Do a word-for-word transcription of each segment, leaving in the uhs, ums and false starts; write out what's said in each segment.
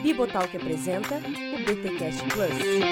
Bibotalk apresenta o BTcast Plus.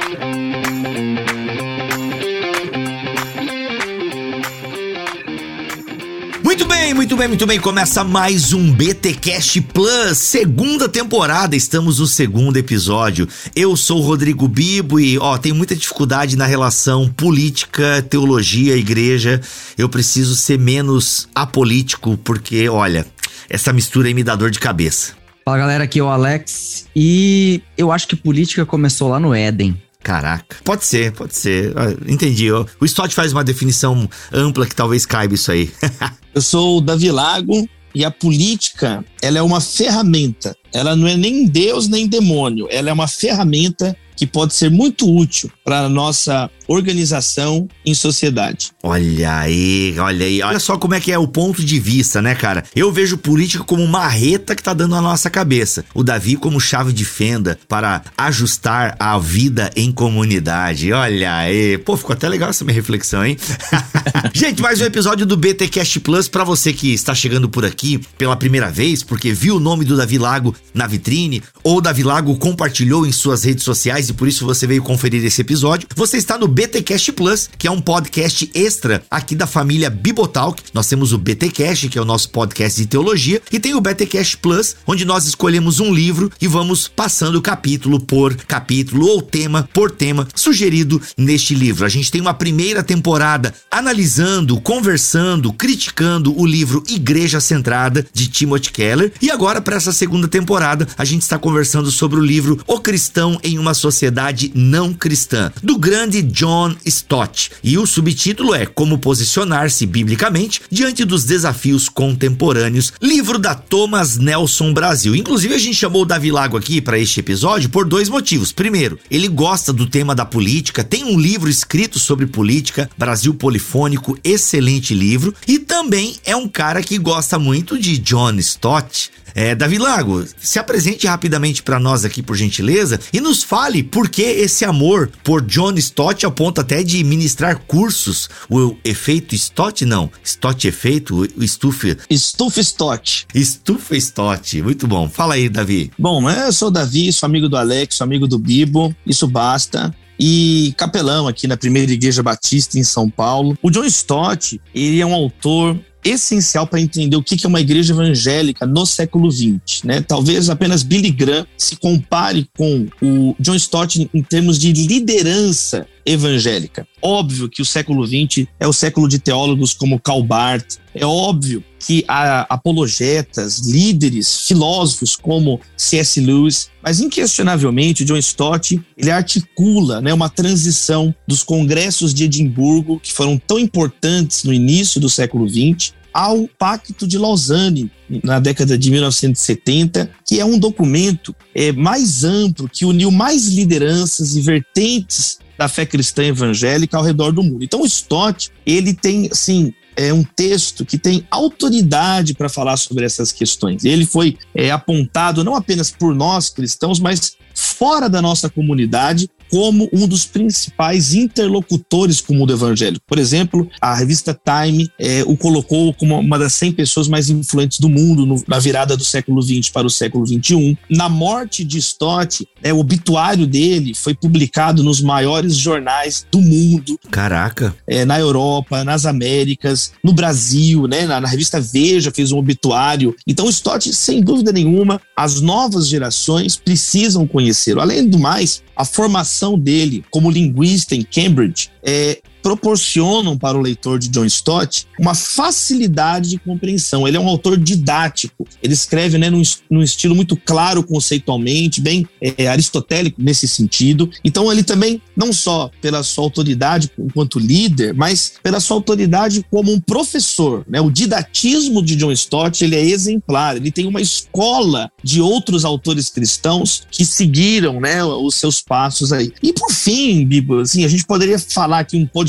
Muito bem, muito bem, muito bem. Começa mais um BTcast Plus, segunda temporada. Estamos no segundo episódio. Eu sou o Rodrigo Bibo e, ó, tenho muita dificuldade na relação política, teologia, igreja. Eu preciso ser menos apolítico porque, olha, essa mistura aí me dá dor de cabeça. Fala galera, aqui é o Alex e eu acho que política começou lá no Éden. Caraca, pode ser, pode ser, entendi. O Stott faz uma definição ampla que talvez caiba isso aí. Eu sou o Davi Lago e a política, ela é uma ferramenta. Ela não é nem Deus nem demônio, ela é uma ferramenta que pode ser muito útil para a nossa organização em sociedade. Olha aí, olha aí, olha só como é que é o ponto de vista, né, cara? Eu vejo política como uma marreta que tá dando na nossa cabeça. O Davi como chave de fenda para ajustar a vida em comunidade. Olha aí, pô, ficou até legal essa minha reflexão, hein? Gente, mais um episódio do BTcast Plus para você que está chegando por aqui pela primeira vez, porque viu o nome do Davi Lago na vitrine, ou o Davi Lago compartilhou em suas redes sociais e por isso você veio conferir esse episódio. Você está no BTcast Plus, que é um podcast extra aqui da família Bibotalk. Nós temos o BTcast, que é o nosso podcast de teologia, e tem o BTcast Plus, onde nós escolhemos um livro e vamos passando capítulo por capítulo ou tema por tema sugerido neste livro. A gente tem uma primeira temporada analisando, conversando, criticando o livro Igreja Centrada, de Timothy Keller, e agora para essa segunda temporada a gente está conversando sobre o livro O Cristão em uma Sociedade Não Cristã, do grande John Stott. E o subtítulo é Como Posicionar-se Biblicamente Diante dos Desafios Contemporâneos, livro da Thomas Nelson Brasil. Inclusive a gente chamou o Davi Lago aqui para este episódio por dois motivos. Primeiro, ele gosta do tema da política, tem um livro escrito sobre política, Brasil Polifônico, excelente livro, e também é um cara que gosta muito de John Stott. É, Davi Lago, se apresente rapidamente para nós aqui, por gentileza, e nos fale por que esse amor por John Stott, ao ponto até de ministrar cursos. O efeito Stott, não. Stott efeito, o estufa... Estufa Stott. Estufa Stott, muito bom. Fala aí, Davi. Bom, eu sou o Davi, sou amigo do Alex, sou amigo do Bibo, isso basta. E capelão aqui na Primeira Igreja Batista em São Paulo. O John Stott, ele é um autor essencial para entender o que é uma igreja evangélica no século vinte, né? Talvez apenas Billy Graham se compare com o John Stott em termos de liderança evangélica. Óbvio que o século vinte é o século de teólogos como Karl Barth, é óbvio que há apologetas, líderes, filósofos como C S Lewis, mas inquestionavelmente o John Stott, ele articula, né, uma transição dos congressos de Edimburgo, que foram tão importantes no início do século vinte, ao Pacto de Lausanne, na década de mil novecentos e setenta, que é um documento é, mais amplo, que uniu mais lideranças e vertentes da fé cristã evangélica ao redor do mundo. Então o Stott, ele tem, assim, é um texto que tem autoridade para falar sobre essas questões. Ele foi é, apontado não apenas por nós cristãos, mas fora da nossa comunidade, como um dos principais interlocutores com o mundo evangélico. Por exemplo, a revista Time é, o colocou como uma das cem pessoas mais influentes do mundo no, na virada do século vinte para o século vinte e um. Na morte de Stott, é, o obituário dele foi publicado nos maiores jornais do mundo. Caraca! É, na Europa, nas Américas, no Brasil, né? Na, na revista Veja fez um obituário. Então, Stott, sem dúvida nenhuma, as novas gerações precisam conhecê-lo. Além do mais, a formação dele como linguista em Cambridge é, proporcionam para o leitor de John Stott uma facilidade de compreensão. Ele é um autor didático, ele escreve, né, num, num estilo muito claro conceitualmente, bem é, aristotélico nesse sentido. Então ele também, não só pela sua autoridade enquanto líder, mas pela sua autoridade como um professor, né? O didatismo de John Stott, ele é exemplar, ele tem uma escola de outros autores cristãos que seguiram, né, os seus passos aí. E por fim, Bibo, assim, a gente poderia falar aqui um podcast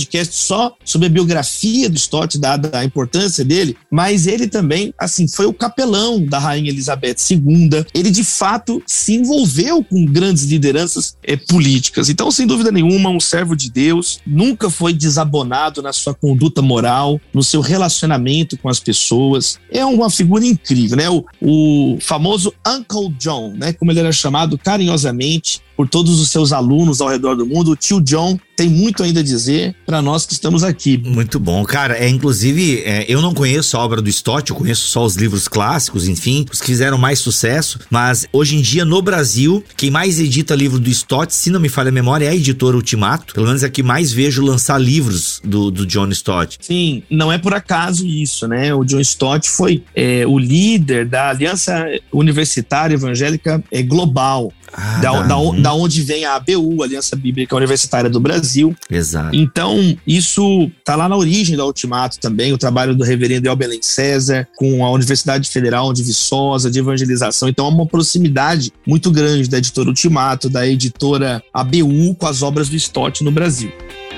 podcast só sobre a biografia do Stott, dada a importância dele, mas ele também, assim, foi o capelão da Rainha Elizabeth segunda. Ele, de fato, se envolveu com grandes lideranças é, políticas. Então, sem dúvida nenhuma, um servo de Deus, nunca foi desabonado na sua conduta moral, no seu relacionamento com as pessoas. É uma figura incrível, né? O, o famoso Uncle John, né? Como ele era chamado carinhosamente por todos os seus alunos ao redor do mundo. O tio John tem muito ainda a dizer para nós que estamos aqui. Muito bom, cara. É, inclusive, é, eu não conheço a obra do Stott, eu conheço só os livros clássicos, enfim, os que fizeram mais sucesso, mas hoje em dia no Brasil, quem mais edita livro do Stott, se não me falha a memória, é a editora Ultimato. Pelo menos é a que mais vejo lançar livros do, do John Stott. Sim, não é por acaso isso, né? O John Stott foi é, o líder da Aliança Universitária Evangélica é, Global. Ah, da, da, hum. da onde vem a A B U, Aliança Bíblica Universitária do Brasil. Exato. Então, isso tá lá na origem da Ultimato também, o trabalho do reverendo Elbelen César com a Universidade Federal de Viçosa, de evangelização. Então, há uma proximidade muito grande da editora Ultimato, da editora A B U com as obras do Stott no Brasil.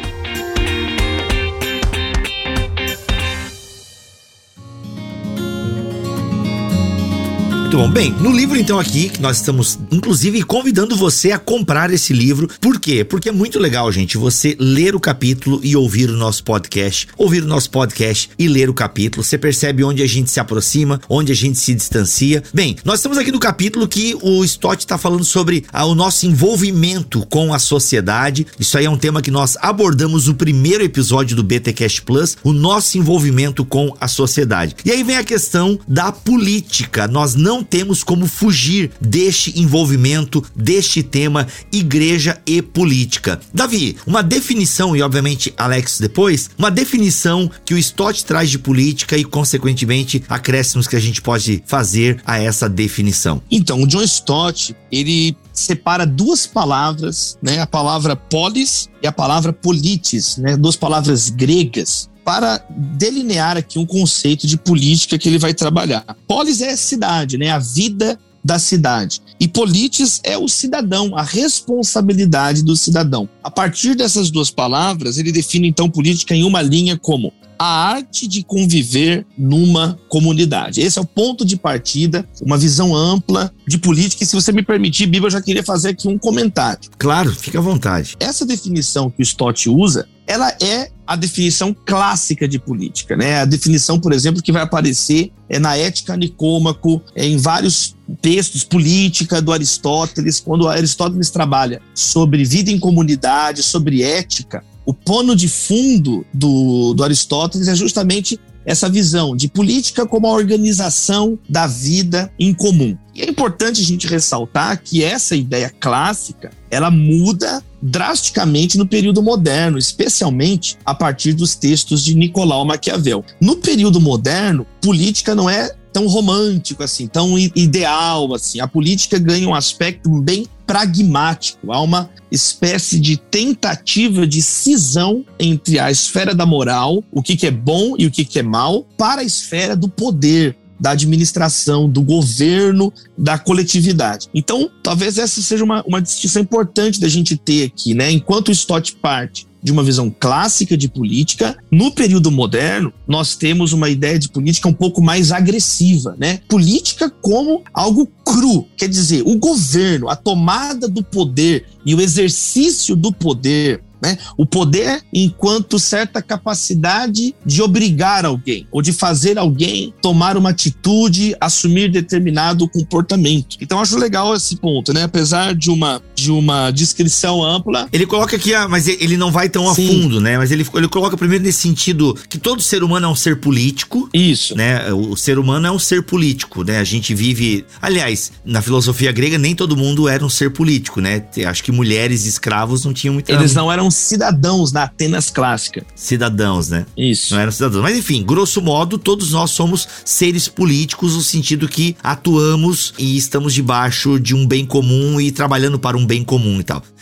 Muito bom. Bem, no livro então aqui, que nós estamos inclusive convidando você a comprar esse livro. Por quê? Porque é muito legal, gente, você ler o capítulo e ouvir o nosso podcast, ouvir o nosso podcast e ler o capítulo. Você percebe onde a gente se aproxima, onde a gente se distancia. Bem, nós estamos aqui no capítulo que o Stott está falando sobre ah, o nosso envolvimento com a sociedade. Isso aí é um tema que nós abordamos no primeiro episódio do B T Cast Plus, o nosso envolvimento com a sociedade. E aí vem a questão da política. Nós não temos como fugir deste envolvimento, deste tema, igreja e política. Davi, uma definição, e obviamente Alex depois, uma definição que o Stott traz de política e consequentemente acréscimos que a gente pode fazer a essa definição. Então, o John Stott, ele separa duas palavras, né? A palavra polis e a palavra politis, né? Duas palavras gregas, para delinear aqui um conceito de política que ele vai trabalhar. Polis é a cidade, né? A vida da cidade. E politis é o cidadão, a responsabilidade do cidadão. A partir dessas duas palavras, ele define então política em uma linha como a arte de conviver numa comunidade. Esse é o ponto de partida, uma visão ampla de política. E se você me permitir, Biba, eu já queria fazer aqui um comentário. Claro, fica à vontade. Essa definição que o Stott usa, ela é a definição clássica de política, né? A definição, por exemplo, que vai aparecer é na Ética Nicômaco, é em vários textos, política do Aristóteles. Quando Aristóteles trabalha sobre vida em comunidade, sobre ética, o pano de fundo do, do Aristóteles é justamente essa visão de política como a organização da vida em comum. E é importante a gente ressaltar que essa ideia clássica, ela muda drasticamente no período moderno, especialmente a partir dos textos de Nicolau Maquiavel. No período moderno, política não é tão romântico assim, tão ideal assim. A política ganha um aspecto bem pragmático. Há uma espécie de tentativa de cisão entre a esfera da moral, o que, que é bom e o que, que é mal, para a esfera do poder, da administração, do governo, da coletividade. Então, talvez essa seja uma, uma distinção importante da gente ter aqui, né? Enquanto o Stott parte de uma visão clássica de política, no período moderno, nós temos uma ideia de política um pouco mais agressiva, né? Política como algo cru, quer dizer, o governo, a tomada do poder e o exercício do poder, né? O poder enquanto certa capacidade de obrigar alguém ou de fazer alguém tomar uma atitude, assumir determinado comportamento. Então acho legal esse ponto, né? Apesar de uma, de uma descrição ampla. Ele coloca aqui, ah, mas ele não vai tão a Sim. fundo, né? Mas ele, ele coloca primeiro nesse sentido que todo ser humano é um ser político. Isso. Né? O ser humano é um ser político, né? A gente vive... Aliás, na filosofia grega nem todo mundo era um ser político, né? Acho que mulheres e escravos não tinham muita... Eles não eram cidadãos na Atenas clássica. Cidadãos, né? Isso. Não eram cidadãos. Mas enfim, grosso modo, todos nós somos seres políticos no sentido que atuamos e estamos debaixo de um bem comum e trabalhando para um bem comum e tal.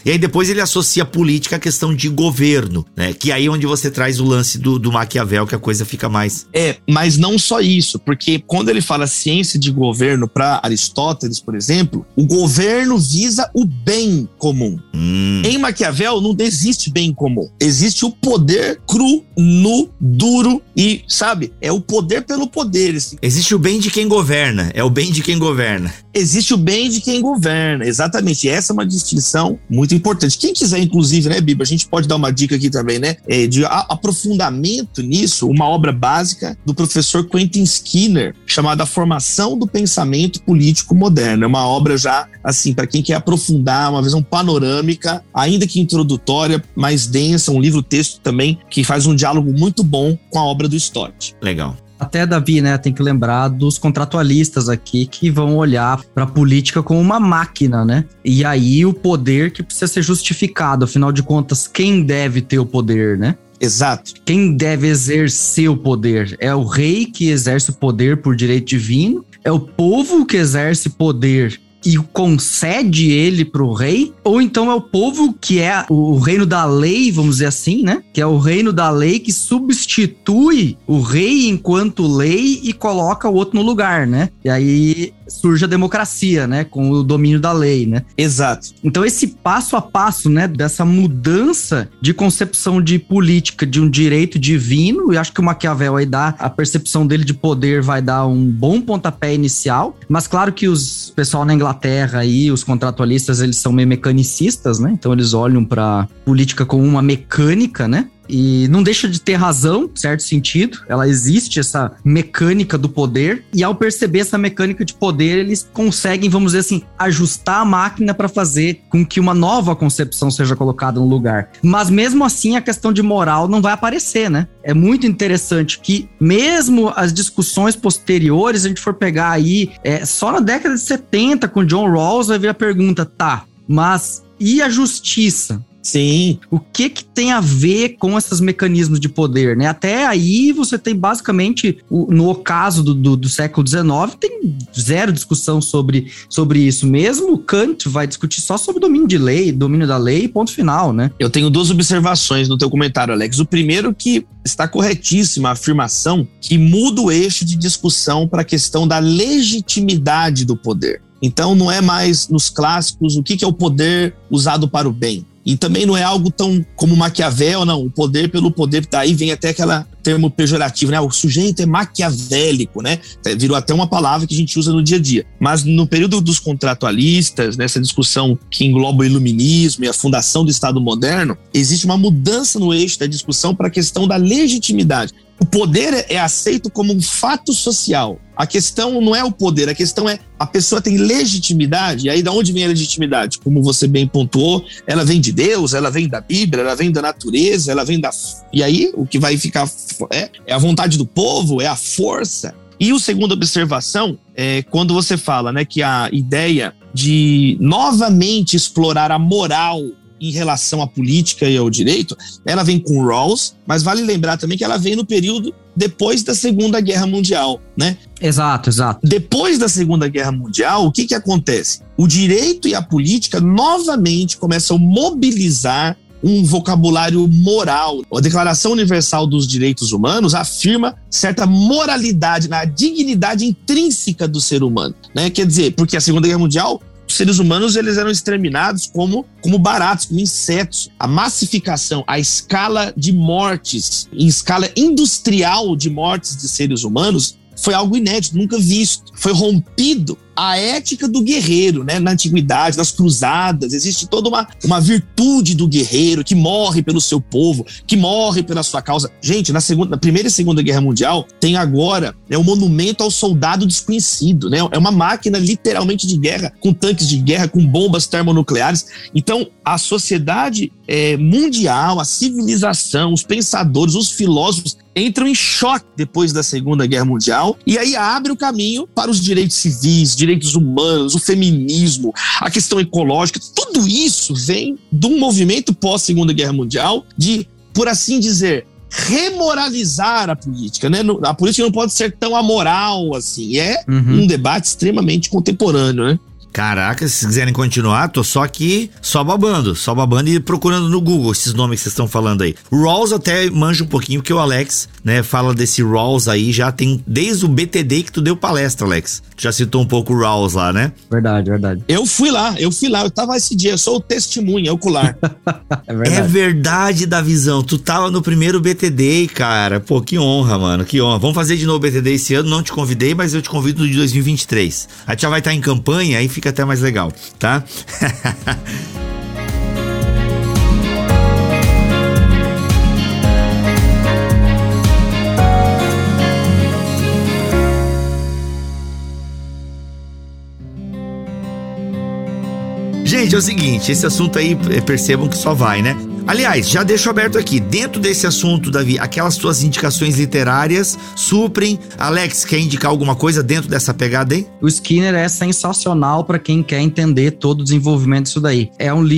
E aí depois ele associa a política à questão de governo, né? Que aí é onde você traz o lance do, do Maquiavel, que a coisa fica mais... É, mas não só isso, porque quando ele fala ciência de governo para Aristóteles, por exemplo, o governo visa o bem comum. Hum. Em Maquiavel não existe bem comum. Existe o poder cru, nu, duro e, sabe, é o poder pelo poder. Assim. Existe o bem de quem governa, é o bem de quem governa. Existe o bem de quem governa, exatamente. Essa é uma distinção muito importante. Quem quiser, inclusive, né, Biba, a gente pode dar uma dica aqui também, né, é, de a, aprofundamento nisso, uma obra básica do professor Quentin Skinner, chamada A Formação do Pensamento Político Moderno. É uma obra já, assim, para quem quer aprofundar, uma visão panorâmica, ainda que introdutória, mais densa, um livro-texto também que faz um diálogo muito bom com a obra do Stott. Legal. Até, Davi, né, tem que lembrar dos contratualistas aqui que vão olhar para a política como uma máquina, né? E aí o poder que precisa ser justificado, afinal de contas, quem deve ter o poder, né? Exato. Quem deve exercer o poder? É o rei que exerce o poder por direito divino? É o povo que exerce poder e concede ele pro rei? Ou então é o povo que é o reino da lei, vamos dizer assim, né? Que é o reino da lei que substitui o rei enquanto lei e coloca o outro no lugar, né? E aí surge a democracia, né? Com o domínio da lei, né? Exato. Então esse passo a passo, né? Dessa mudança de concepção de política, de um direito divino, e acho que o Maquiavel aí dá, a percepção dele de poder vai dar um bom pontapé inicial, mas claro que os pessoal na Inglaterra aí, os contratualistas, eles são meio mecanicistas, né? Então eles olham para política como uma mecânica, né? E não deixa de ter razão, em certo sentido. Ela existe, essa mecânica do poder. E ao perceber essa mecânica de poder, eles conseguem, vamos dizer assim, ajustar a máquina para fazer com que uma nova concepção seja colocada no lugar. Mas mesmo assim, a questão de moral não vai aparecer, né? É muito interessante que mesmo as discussões posteriores, se a gente for pegar aí, é, só na década de setenta, com John Rawls, vai vir a pergunta, tá, mas e a justiça? Sim. O que que tem a ver com esses mecanismos de poder, né? Até aí você tem basicamente, o, no ocaso do, do, do século dezenove, tem zero discussão sobre, sobre isso. Mesmo Kant vai discutir só sobre domínio de lei, domínio da lei, ponto final, né? Eu tenho duas observações no teu comentário, Alex. O primeiro que está corretíssima a afirmação que muda o eixo de discussão para a questão da legitimidade do poder. Então não é mais nos clássicos o que, que é o poder usado para o bem. E também não é algo tão como Maquiavel, não. O poder pelo poder, daí vem até aquele termo pejorativo, né? O sujeito é maquiavélico, né? Virou até uma palavra que a gente usa no dia a dia. Mas no período dos contratualistas, nessa discussão que engloba o iluminismo e a fundação do Estado moderno, existe uma mudança no eixo da discussão para a questão da legitimidade. O poder é aceito como um fato social. A questão não é o poder, a questão é a pessoa tem legitimidade. E aí, de onde vem a legitimidade? Como você bem pontuou, ela vem de Deus, ela vem da Bíblia, ela vem da natureza, ela vem da... E aí, o que vai ficar é, é a vontade do povo, é a força. E a segunda observação é quando você fala, né, que a ideia de novamente explorar a moral em relação à política e ao direito, ela vem com Rawls, mas vale lembrar também que ela vem no período depois da Segunda Guerra Mundial, né? Exato, exato. Depois da Segunda Guerra Mundial, o que que acontece? O direito e a política novamente começam a mobilizar um vocabulário moral. A Declaração Universal dos Direitos Humanos afirma certa moralidade, na dignidade intrínseca do ser humano, né? Quer dizer, porque a Segunda Guerra Mundial, os seres humanos eles eram exterminados como, como baratos, como insetos. A massificação, a escala de mortes, em escala industrial de mortes de seres humanos, foi algo inédito, nunca visto. Foi rompido a ética do guerreiro, né? Na antiguidade, nas cruzadas, existe toda uma, uma virtude do guerreiro que morre pelo seu povo, que morre pela sua causa. Gente, na, segunda, na Primeira e Segunda Guerra Mundial, tem agora né, um monumento ao soldado desconhecido, né? É uma máquina literalmente de guerra, com tanques de guerra, com bombas termonucleares. Então, a sociedade é, mundial, a civilização, os pensadores, os filósofos entram em choque depois da Segunda Guerra Mundial e aí abre o caminho para os direitos civis, direitos humanos, o feminismo, a questão ecológica. Tudo isso vem de um movimento pós-Segunda Guerra Mundial de, por assim dizer, remoralizar a política, né? A política não pode ser tão amoral assim. É uhum. um debate extremamente contemporâneo, né? Caraca, se vocês quiserem continuar, tô só aqui, só babando, só babando e procurando no Google esses nomes que vocês estão falando aí. Rawls até manja um pouquinho, porque o Alex, né, fala desse Rawls aí, já tem desde o B T D que tu deu palestra, Alex. Tu já citou um pouco o Rawls lá, né? Verdade, verdade. Eu fui lá, eu fui lá, eu tava esse dia, eu sou o testemunha ocular. É verdade. É verdade, Davizão, tu tava no primeiro B T D, cara. Pô, que honra, mano, que honra. Vamos fazer de novo o B T D esse ano, não te convidei, mas eu te convido no de dois mil e vinte e três. A gente já vai estar em campanha, aí fica até mais legal, tá? Gente, é o seguinte, esse assunto aí, percebam que só vai, né? Aliás, já deixo aberto aqui, dentro desse assunto, Davi, aquelas tuas indicações literárias suprem. Alex, quer indicar alguma coisa dentro dessa pegada aí? O Skinner é sensacional para quem quer entender todo o desenvolvimento disso daí. É um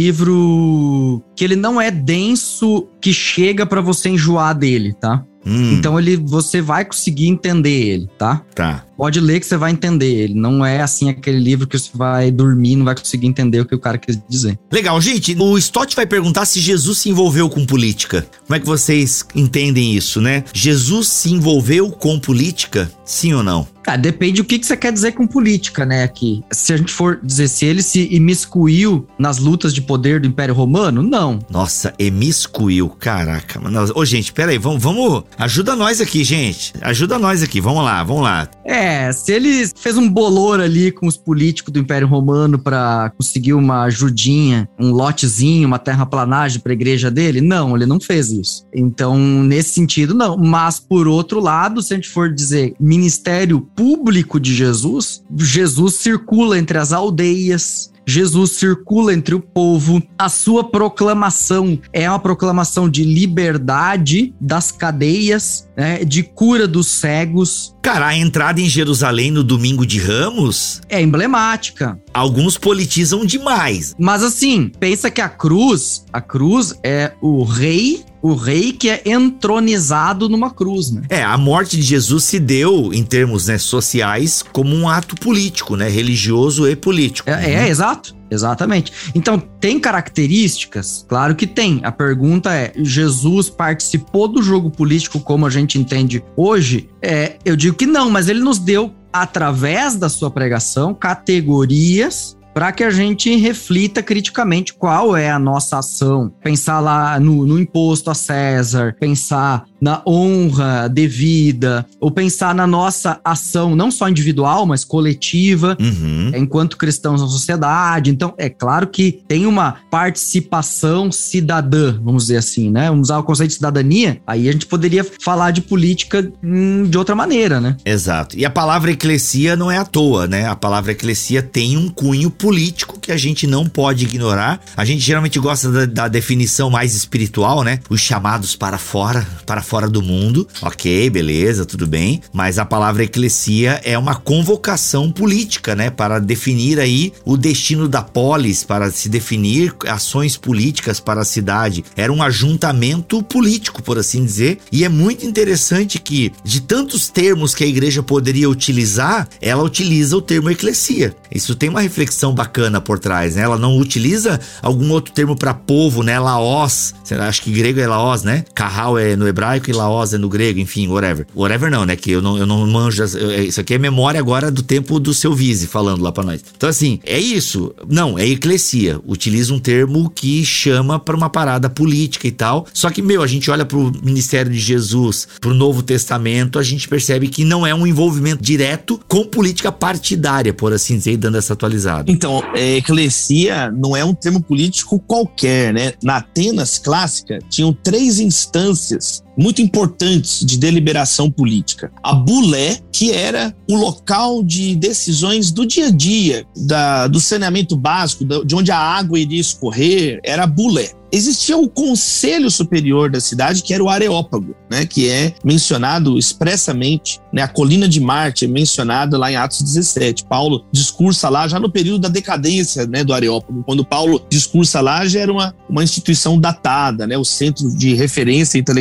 livro que ele não é denso, que chega para você enjoar dele, tá? Hum. Então ele, você vai conseguir entender ele, tá? Tá. Pode ler que você vai entender ele. Não é assim aquele livro que você vai dormir e não vai conseguir entender o que o cara quis dizer. Legal, gente. O Stott vai perguntar se Jesus se envolveu com política. Como é que vocês entendem isso, né? Jesus se envolveu com política? Sim ou não? Cara, depende do que você quer dizer com política, né, aqui. Se a gente for dizer se ele se imiscuiu nas lutas de poder do Império Romano, não. Nossa, imiscuiu, caraca. Mano. Ô, gente, peraí, vamos, vamos... Ajuda nós aqui, gente. Ajuda nós aqui, vamos lá, vamos lá. É, se ele fez um bolor ali com os políticos do Império Romano pra conseguir uma ajudinha, um lotezinho, uma terraplanagem pra igreja dele, não, ele não fez isso. Então, nesse sentido, não. Mas, por outro lado, se a gente for dizer ministério público de Jesus, Jesus circula entre as aldeias, Jesus circula entre o povo, a sua proclamação é uma proclamação de liberdade das cadeias, né, de cura dos cegos. Cara, a entrada em Jerusalém no domingo de Ramos é emblemática. Alguns politizam demais. Mas assim, pensa que a cruz, a cruz é o rei, o rei que é entronizado numa cruz, né? É, a morte de Jesus se deu, em termos, né, sociais, como um ato político, né, religioso e político. É, né? é exato. Exatamente. Então, tem características? Claro que tem. A pergunta é, Jesus participou do jogo político como a gente entende hoje? É, eu digo que não, mas ele nos deu, através da sua pregação, categorias para que a gente reflita criticamente qual é a nossa ação. Pensar lá no, no imposto a César, pensar na honra devida, ou pensar na nossa ação, não só individual, mas coletiva, uhum. enquanto cristãos na sociedade. Então, é claro que tem uma participação cidadã, vamos dizer assim, né? Vamos usar o conceito de cidadania, aí a gente poderia falar de política hum, de outra maneira, né? Exato. E a palavra eclesia não é à toa, né? A palavra eclesia tem um cunho político que a gente não pode ignorar. A gente geralmente gosta da, da definição mais espiritual, né? Os chamados para fora, para fora do mundo, ok, beleza, tudo bem, mas a palavra eclesia é uma convocação política, né, para definir aí o destino da polis, para se definir ações políticas para a cidade. Era um ajuntamento político, por assim dizer, e é muito interessante que, de tantos termos que a igreja poderia utilizar, ela utiliza o termo eclesia. Isso tem uma reflexão bacana por trás, né? Ela não utiliza algum outro termo para povo, né? Laos, acho que grego é laos, né? Kahal é no hebraico e laos é no grego, enfim, whatever. Whatever não, né? Que eu não, eu não manjo. Isso aqui é memória agora do tempo do seu Vise falando lá pra nós. Então, assim, é isso. Não, é eclesia. Utiliza um termo que chama pra uma parada política e tal. Só que, meu, a gente olha pro ministério de Jesus, pro Novo Testamento, a gente percebe que não é um envolvimento direto com política partidária, por assim dizer, dando essa atualizada. Então, é, eclesia não é um termo político qualquer, né? Na Atenas clássica, tinham três instâncias muito importantes de deliberação política. A bulé, que era o local de decisões do dia a dia, da, do saneamento básico, de onde a água iria escorrer, era a bulé. Existia o Conselho Superior da cidade, que era o Areópago, né, que é mencionado expressamente, né, a colina de Marte é mencionada lá em Atos dezessete. Paulo discursa lá já no período da decadência, né, do Areópago. Quando Paulo discursa lá, já era uma, uma instituição datada, né, o centro de referência intelectual da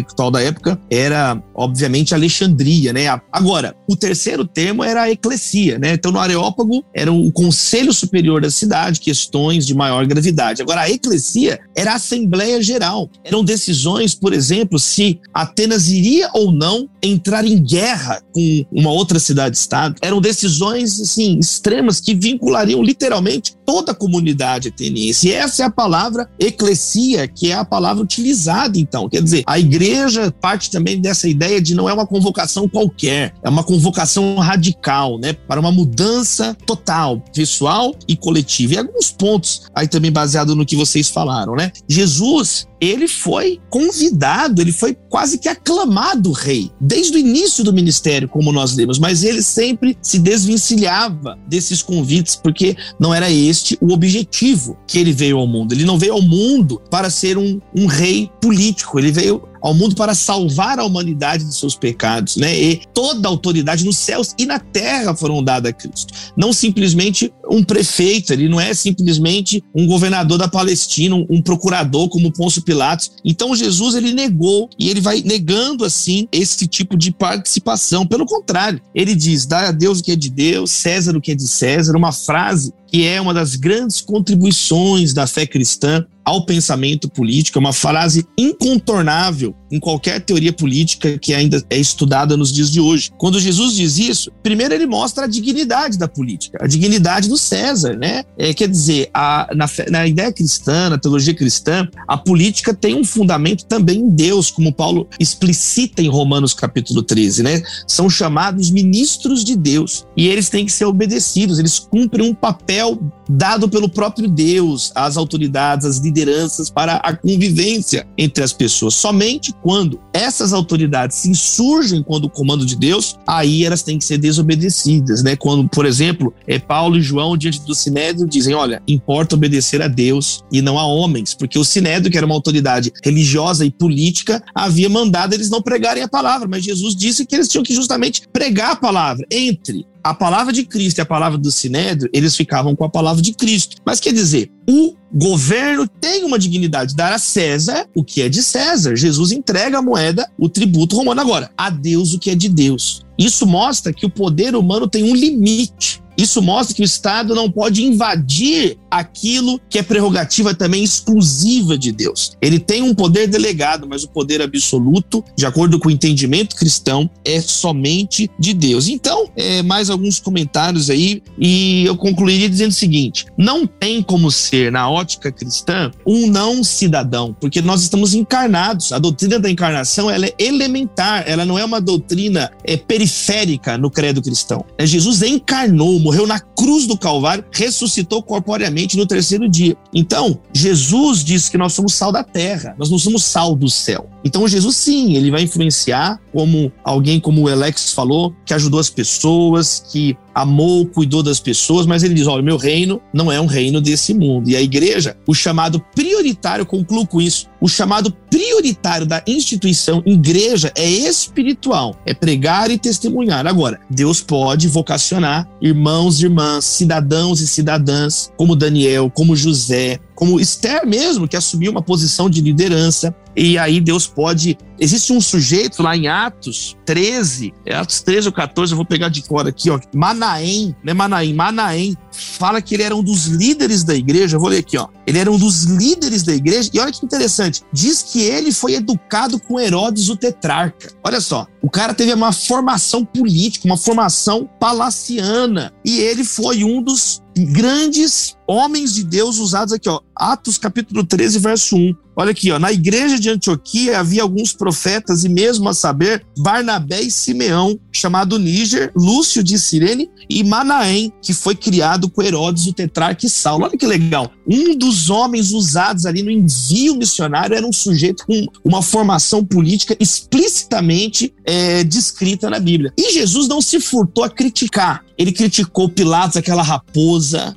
época era, obviamente, Alexandria, né? Agora, o terceiro termo era a eclesia, né? Então, no Areópago era o Conselho Superior da cidade, questões de maior gravidade. Agora, a eclesia era a Assembleia Geral. Eram decisões, por exemplo, se Atenas iria ou não entrar em guerra com uma outra cidade-estado. Eram decisões, assim, extremas que vinculariam literalmente toda a comunidade ateniense. E essa é a palavra eclesia, que é a palavra utilizada, então. Quer dizer, a igreja parte também dessa ideia de não é uma convocação qualquer, é uma convocação radical, né? Para uma mudança total, pessoal e coletiva. E alguns pontos aí também baseado no que vocês falaram, né? Jesus, ele foi convidado, ele foi quase que aclamado rei, desde o início do ministério, como nós lemos, mas ele sempre se desvencilhava desses convites, porque não era este o objetivo que ele veio ao mundo. Ele não veio ao mundo para ser um, um rei político, ele veio ao mundo para salvar a humanidade de seus pecados, né? E toda a autoridade nos céus e na terra foram dadas a Cristo. Não simplesmente um prefeito, ele não é simplesmente um governador da Palestina, um, um procurador como Pôncio Pilatos. Então Jesus, ele negou, e ele vai negando assim esse tipo de participação. Pelo contrário, ele diz: dá a Deus o que é de Deus, César o que é de César, uma frase que é uma das grandes contribuições da fé cristã ao pensamento político, é uma frase incontornável em qualquer teoria política que ainda é estudada nos dias de hoje. Quando Jesus diz isso, primeiro ele mostra a dignidade da política, a dignidade do César, né? É, quer dizer, a, na, na ideia cristã, na teologia cristã, a política tem um fundamento também em Deus, como Paulo explicita em Romanos capítulo treze, né? São chamados ministros de Deus e eles têm que ser obedecidos, eles cumprem um papel dado pelo próprio Deus às autoridades, às lideranças, para a convivência entre as pessoas. Somente quando essas autoridades se insurgem contra o comando de Deus, aí elas têm que ser desobedecidas, né? Quando, por exemplo, é Paulo e João diante do Sinédrio dizem: olha, importa obedecer a Deus e não a homens, porque o Sinédrio, que era uma autoridade religiosa e política, havia mandado eles não pregarem a palavra, mas Jesus disse que eles tinham que justamente pregar a palavra. Entre a palavra de Cristo e a palavra do Sinédrio, eles ficavam com a palavra de Cristo. Mas quer dizer, o governo tem uma dignidade, dar a César o que é de César. Jesus entrega a moeda, o tributo romano. Agora, a Deus o que é de Deus. Isso mostra que o poder humano tem um limite. Isso mostra que o Estado não pode invadir aquilo que é prerrogativa também exclusiva de Deus. Ele tem um poder delegado, mas o poder absoluto, de acordo com o entendimento cristão, é somente de Deus. Então, é, mais alguns comentários aí, e eu concluiria dizendo o seguinte: não tem como ser, na ótica cristã, um não cidadão, porque nós estamos encarnados. A doutrina da encarnação, ela é elementar, ela não é uma doutrina é, periférica no credo cristão. É, Jesus encarnou, morreu na cruz do Calvário, ressuscitou corporeamente no terceiro dia. Então, Jesus diz que nós somos sal da terra, nós não somos sal do céu. Então, Jesus, sim, ele vai influenciar, como alguém como o Alex falou, que ajudou as pessoas, que amou, cuidou das pessoas, mas ele diz: olha, meu reino não é um reino desse mundo. E a igreja, o chamado prioritário, concluo com isso, o chamado prioritário da instituição igreja é espiritual, é pregar e testemunhar. Agora, Deus pode vocacionar irmãos e irmãs, cidadãos e cidadãs, como Daniel, como José, como Esther mesmo, que assumiu uma posição de liderança. E aí Deus pode... Existe um sujeito lá em Atos treze, Atos treze ou catorze, eu vou pegar de cor aqui, ó. Manaém, né? Manaém, Manaém, fala que ele era um dos líderes da igreja. Eu vou ler aqui, ó. Ele era um dos líderes da igreja, e olha que interessante, diz que ele foi educado com Herodes o tetrarca. Olha só, o cara teve uma formação política, uma formação palaciana, e ele foi um dos grandes homens de Deus usados aqui, ó. Atos capítulo treze, verso um. Olha aqui, ó. Na igreja de Antioquia havia alguns profetas, e mesmo a saber, Barnabé e Simeão, chamado Níger, Lúcio de Cirene e Manaém, que foi criado com Herodes o tetrarca e Saulo. Olha que legal. Um dos homens usados ali no envio missionário era um sujeito com uma formação política explicitamente é, descrita na Bíblia. E Jesus não se furtou a criticar. Ele criticou Pilatos, aquela raposa,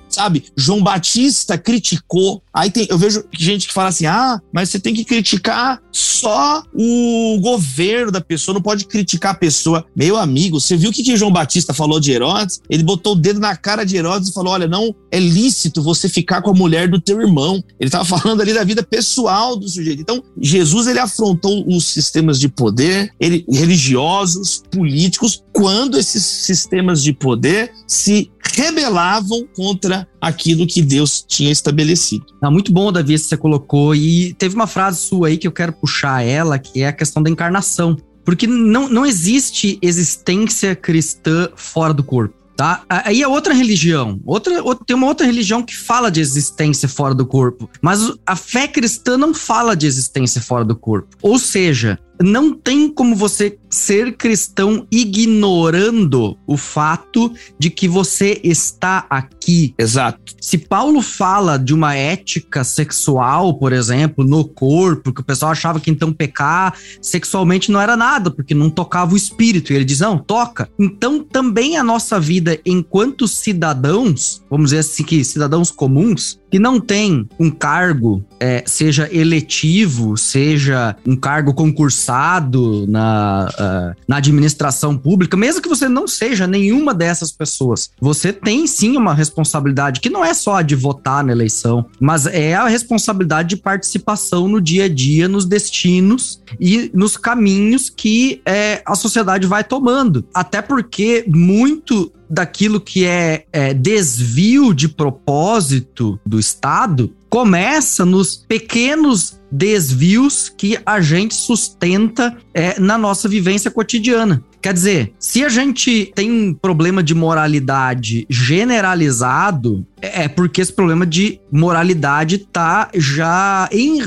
sabe? João Batista criticou. Aí tem, eu vejo gente que fala assim, ah, mas você tem que criticar só o governo da pessoa, não pode criticar a pessoa. Meu amigo, você viu o que, que João Batista falou de Herodes? Ele botou o dedo na cara de Herodes e falou, olha, não é lícito você ficar com a mulher do teu irmão. Ele estava falando ali da vida pessoal do sujeito. Então, Jesus, ele afrontou os sistemas de poder, ele, religiosos, políticos, quando esses sistemas de poder se rebelavam contra aquilo que Deus tinha estabelecido. Ah, muito bom, Davi, isso que você colocou. E teve uma frase sua aí que eu quero puxar ela, que é a questão da encarnação. Porque não, não existe existência cristã fora do corpo. Tá? Aí é outra religião, outra, outra, tem uma outra religião que fala de existência fora do corpo, mas a fé cristã não fala de existência fora do corpo. Ou seja, não tem como você ser cristão ignorando o fato de que você está aqui. Exato. Se Paulo fala de uma ética sexual, por exemplo, no corpo, que o pessoal achava que então pecar sexualmente não era nada, porque não tocava o espírito. E ele diz, não, toca. Então também a nossa vida enquanto cidadãos, vamos dizer assim, que cidadãos comuns, que não tem um cargo, é, seja eletivo, seja um cargo concursado na, uh, na administração pública, mesmo que você não seja nenhuma dessas pessoas, você tem sim uma responsabilidade, que não é só a de votar na eleição, mas é a responsabilidade de participação no dia a dia, nos destinos e nos caminhos que é, a sociedade vai tomando. Até porque muito daquilo que é, é desvio de propósito do Estado começa nos pequenos desvios que a gente sustenta é, na nossa vivência cotidiana. Quer dizer, se a gente tem um problema de moralidade generalizado, é porque esse problema de moralidade está já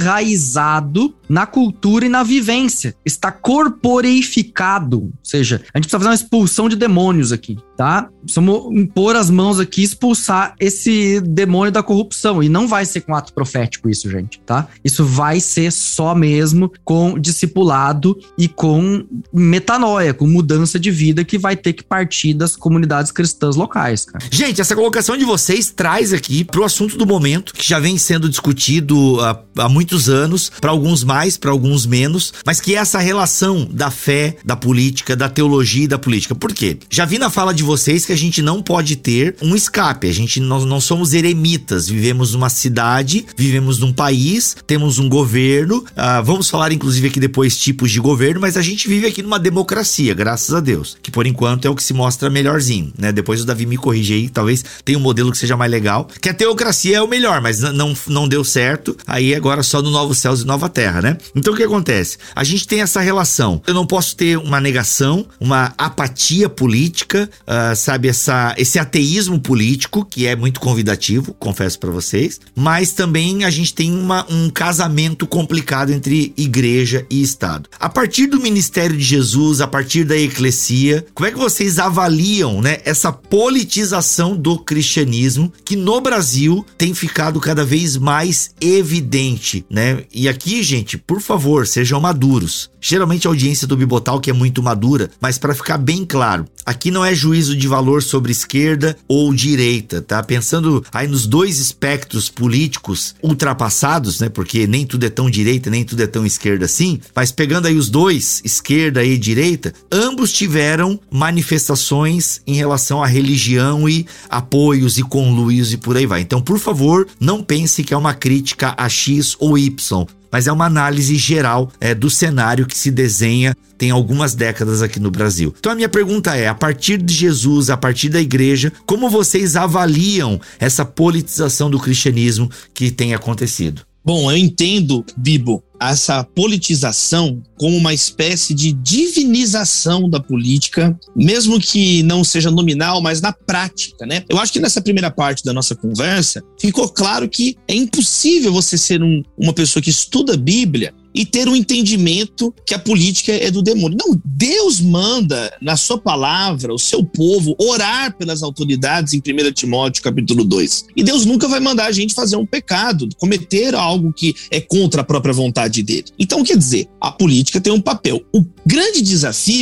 enraizado na cultura e na vivência. Está corporeificado. Ou seja, a gente precisa fazer uma expulsão de demônios aqui, tá? Precisamos impor as mãos aqui e expulsar esse demônio da corrupção. E não vai ser com ato profético isso, gente, tá? Isso vai ser só mesmo com discipulado e com metanoia, com mudança de vida que vai ter que partir das comunidades cristãs locais, cara. Gente, essa colocação de vocês traz aqui pro assunto do momento, que já vem sendo discutido há, há muitos anos, para alguns mais, para alguns menos, mas que é essa relação da fé, da política, da teologia e da política. Por quê? Já vi na fala de vocês que a gente não pode ter um escape, a gente nós não somos eremitas, vivemos numa cidade, vivemos num país, temos um governo, uh, vamos falar inclusive aqui depois tipos de governo, mas a gente vive aqui numa democracia, graças a Deus, que por enquanto é o que se mostra melhorzinho, né? Depois o Davi me corrige aí, talvez tenha um modelo que seja mais legal, que a teocracia é o melhor, mas não, não deu certo, aí agora só no Novo Céus e Nova Terra, né? Então o que acontece? A gente tem essa relação, eu não posso ter uma negação, uma apatia política, uh, sabe, essa, esse ateísmo político, que é muito convidativo, confesso pra vocês, mas também a gente tem uma, um casamento complicado entre igreja e Estado. A partir do ministério de Jesus, a partir da eclesia, como é que vocês avaliam, né, essa politização do cristianismo que no Brasil tem ficado cada vez mais evidente, né? E aqui, gente, por favor, sejam maduros. Geralmente a audiência do Bibotal que é muito madura, mas para ficar bem claro, aqui não é juízo de valor sobre esquerda ou direita, tá? Pensando aí nos dois espectros políticos ultrapassados, né? Porque nem tudo é tão direita, nem tudo é tão esquerda assim, mas pegando aí os dois, esquerda e direita, ambos tiveram manifestações em relação à religião e apoios e conluios e por aí vai. Então, por favor, não pense que é uma crítica a X ou Y, mas é uma análise geral é, do cenário que se desenha tem algumas décadas aqui no Brasil. Então a minha pergunta é, a partir de Jesus, a partir da igreja, como vocês avaliam essa politização do cristianismo que tem acontecido? Bom, eu entendo, Bibo, essa politização como uma espécie de divinização da política, mesmo que não seja nominal, mas na prática, né? Eu acho que nessa primeira parte da nossa conversa ficou claro que é impossível você ser um, uma pessoa que estuda a Bíblia e ter um entendimento que a política é do demônio. Não, Deus manda na sua palavra, o seu povo, orar pelas autoridades em primeiro Timóteo capítulo dois. E Deus nunca vai mandar a gente fazer um pecado, cometer algo que é contra a própria vontade dele. Então, quer dizer, a política tem um papel. O grande desafio é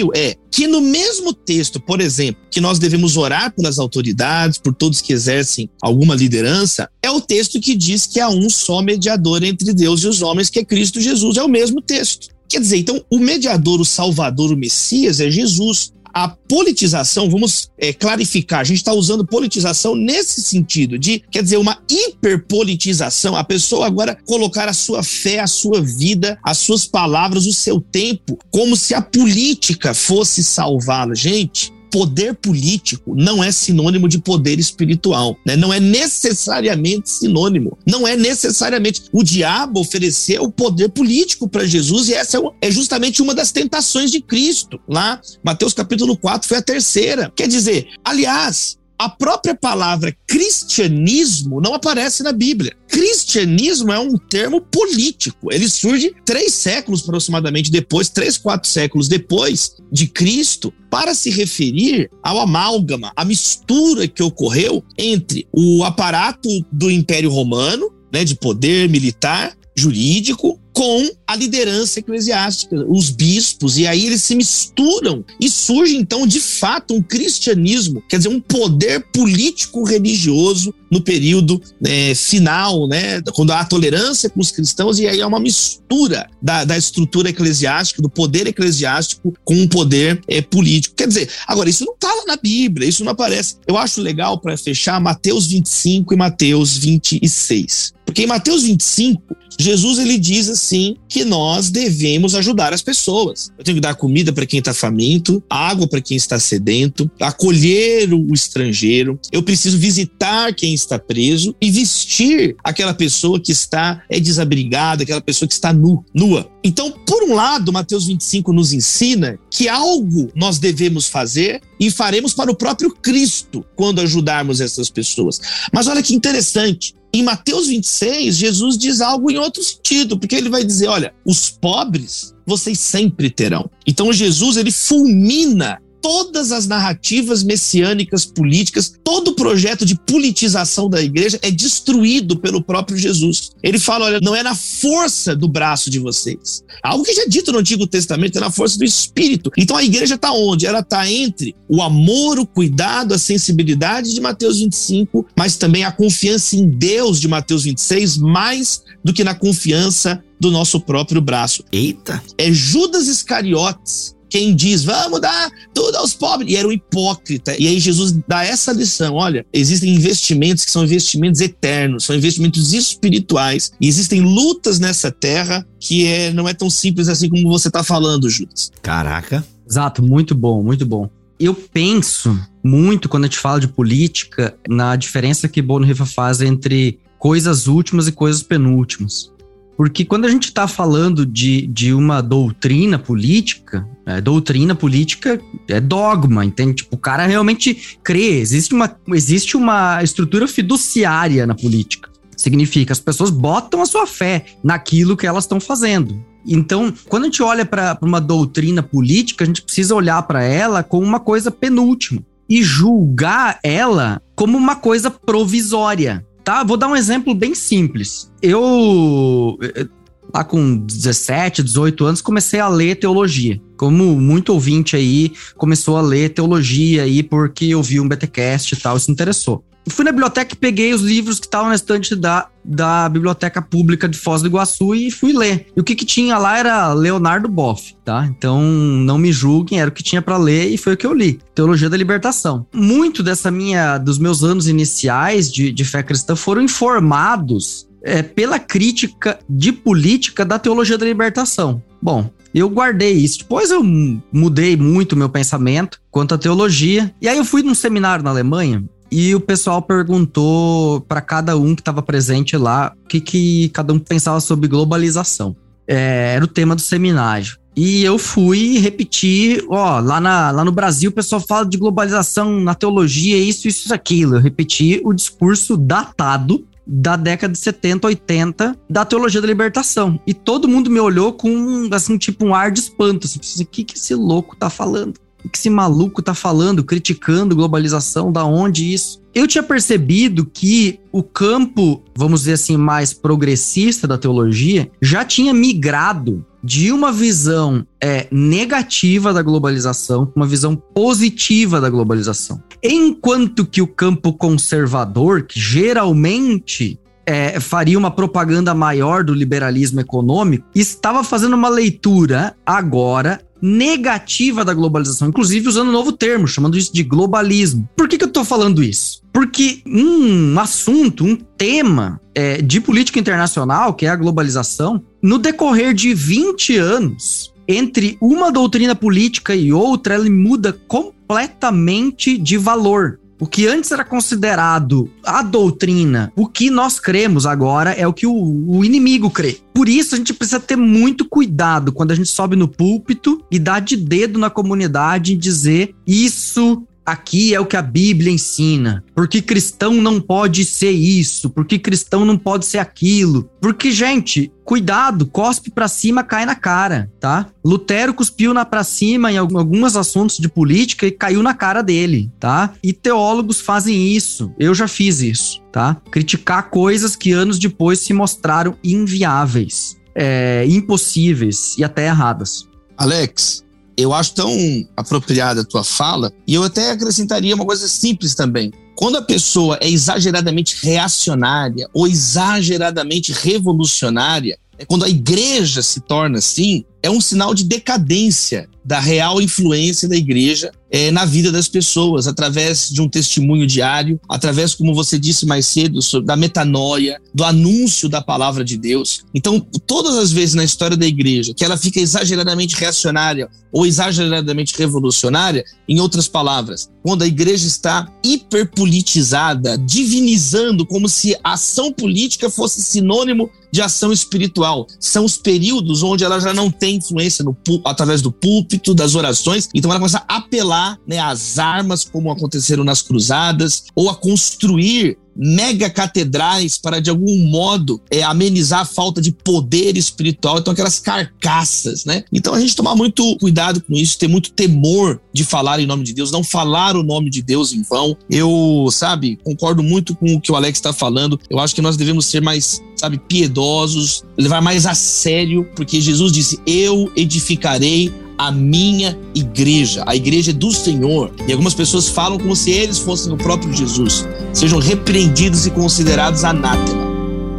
que no mesmo texto, por exemplo, que nós devemos orar pelas autoridades, por todos que exercem alguma liderança, é o texto que diz que há um só mediador entre Deus e os homens, que é Cristo Jesus. É o mesmo texto. Quer dizer, então, o mediador, o salvador, o Messias é Jesus. A politização, vamos é, clarificar, a gente está usando politização nesse sentido de, quer dizer, uma hiperpolitização, a pessoa agora colocar a sua fé, a sua vida, as suas palavras, o seu tempo, como se a política fosse salvá-la. Gente, poder político não é sinônimo de poder espiritual, né? Não é necessariamente sinônimo, não é necessariamente. O diabo ofereceu o poder político para Jesus e essa é justamente uma das tentações de Cristo. Lá, Mateus capítulo quatro foi a terceira. Quer dizer, aliás, a própria palavra cristianismo não aparece na Bíblia. Cristianismo é um termo político. Ele surge três séculos aproximadamente depois, três, quatro séculos depois de Cristo, para se referir ao amálgama, a mistura que ocorreu entre o aparato do Império Romano, né, de poder militar, jurídico, com a liderança eclesiástica, os bispos, e aí eles se misturam e surge então de fato um cristianismo, quer dizer, um poder político-religioso no período é, final, né, quando há tolerância com os cristãos, e aí há uma mistura da, da estrutura eclesiástica, do poder eclesiástico com um poder é, político. Quer dizer, agora isso não está lá na Bíblia, isso não aparece. Eu acho legal, para fechar, Mateus vinte e cinco e Mateus vinte e seis. Porque em Mateus vinte e cinco, Jesus ele diz assim que nós devemos ajudar as pessoas. Eu tenho que dar comida para quem está faminto, água para quem está sedento, acolher o estrangeiro. Eu preciso visitar quem está preso e vestir aquela pessoa que está é, desabrigada, aquela pessoa que está nu, nua. Então, por um lado, Mateus vinte e cinco nos ensina que algo nós devemos fazer e faremos para o próprio Cristo quando ajudarmos essas pessoas. Mas olha que interessante. Em Mateus vinte e seis, Jesus diz algo em outro sentido, porque ele vai dizer, olha, os pobres vocês sempre terão. Então Jesus, ele fulmina todas as narrativas messiânicas políticas, todo o projeto de politização da igreja é destruído pelo próprio Jesus. Ele fala, olha, não é na força do braço de vocês. Algo que já é dito no Antigo Testamento, é na força do Espírito. Então a igreja está onde? Ela está entre o amor, o cuidado, a sensibilidade de Mateus vinte e cinco, mas também a confiança em Deus de Mateus vinte e seis, mais do que na confiança do nosso próprio braço. Eita! É Judas Iscariotes quem diz, vamos dar tudo aos pobres, e era um hipócrita. E aí Jesus dá essa lição, olha, existem investimentos que são investimentos eternos, são investimentos espirituais, e existem lutas nessa terra que é, não é tão simples assim como você está falando, Judas. Caraca. Exato, muito bom, muito bom. Eu penso muito, quando a gente fala de política, na diferença que Bonhoeffer faz entre coisas últimas e coisas penúltimas. Porque quando a gente está falando de, de uma doutrina política, é, doutrina política é dogma, entende? Tipo, o cara realmente crê, existe uma, existe uma estrutura fiduciária na política. Significa, as pessoas botam a sua fé naquilo que elas estão fazendo. Então, quando a gente olha para uma doutrina política, a gente precisa olhar para ela como uma coisa penúltima e julgar ela como uma coisa provisória. Tá, vou dar um exemplo bem simples. Eu, lá com dezessete, dezoito anos, comecei a ler teologia. Como muito ouvinte aí, começou a ler teologia aí porque eu vi um BTcast e tal, isso me interessou. Eu fui na biblioteca e peguei os livros que estavam na estante da, da Biblioteca Pública de Foz do Iguaçu e fui ler. E o que que tinha lá era Leonardo Boff, tá? Então, não me julguem, era o que tinha para ler e foi o que eu li. Teologia da Libertação. Muito dessa minha, dos meus anos iniciais de, de fé cristã foram informados é, pela crítica de política da Teologia da Libertação. Bom, eu guardei isso. Depois eu mudei muito o meu pensamento quanto à teologia. E aí eu fui num seminário na Alemanha e o pessoal perguntou para cada um que estava presente lá o que, que cada um pensava sobre globalização. É, era o tema do seminário. E eu fui repetir, ó, lá, na, lá no Brasil o pessoal fala de globalização na teologia, isso, isso, isso, aquilo. Eu repeti o discurso datado da década de setenta, oitenta, da Teologia da Libertação. E todo mundo me olhou com, assim, tipo um ar de espanto. Assim, o que, que esse louco tá falando? O que esse maluco tá falando, criticando globalização, da onde isso? Eu tinha percebido que o campo, vamos dizer assim, mais progressista da teologia já tinha migrado de uma visão é, negativa da globalização, uma visão positiva da globalização. Enquanto que o campo conservador, que geralmente é, faria uma propaganda maior do liberalismo econômico, estava fazendo uma leitura agora negativa da globalização, inclusive usando um novo termo, chamando isso de globalismo. Por que que eu tô falando isso? Porque um assunto, um tema é, de política internacional, que é a globalização, no decorrer de vinte anos, entre uma doutrina política e outra, ela muda completamente de valor. O que antes era considerado a doutrina, o que nós cremos agora é o que o, o inimigo crê. Por isso a gente precisa ter muito cuidado quando a gente sobe no púlpito e dá de dedo na comunidade e dizer isso aqui é o que a Bíblia ensina. Porque cristão não pode ser isso, porque cristão não pode ser aquilo. Porque, gente, cuidado, cospe pra cima, cai na cara, tá? Lutero cuspiu na pra cima em alguns assuntos de política e caiu na cara dele, tá? E teólogos fazem isso, eu já fiz isso, tá? Criticar coisas que anos depois se mostraram inviáveis, é, impossíveis e até erradas. Alex, eu acho tão apropriada a tua fala, e eu até acrescentaria uma coisa simples também. Quando a pessoa é exageradamente reacionária ou exageradamente revolucionária, é quando a igreja se torna assim, é um sinal de decadência da real influência da igreja é, na vida das pessoas, através de um testemunho diário, através, como você disse mais cedo, sobre, da metanoia, do anúncio da palavra de Deus. Então, todas as vezes na história da igreja que ela fica exageradamente reacionária ou exageradamente revolucionária, em outras palavras, quando a igreja está hiperpolitizada, divinizando, como se a ação política fosse sinônimo de ação espiritual. São os períodos onde ela já não tem influência no, através do púlpito, das orações, então ela começa a apelar, né, às armas, como aconteceram nas cruzadas, ou a construir mega catedrais para, de algum modo, é, amenizar a falta de poder espiritual. Então, aquelas carcaças, né? Então, a gente tomar muito cuidado com isso, ter muito temor de falar em nome de Deus, não falar o nome de Deus em vão. Eu, sabe, concordo muito com o que o Alex está falando. Eu acho que nós devemos ser mais, sabe, piedosos, levar mais a sério, porque Jesus disse, eu edificarei a minha igreja, a igreja é do Senhor. E algumas pessoas falam como se eles fossem o próprio Jesus. Sejam repreendidos e considerados anátema.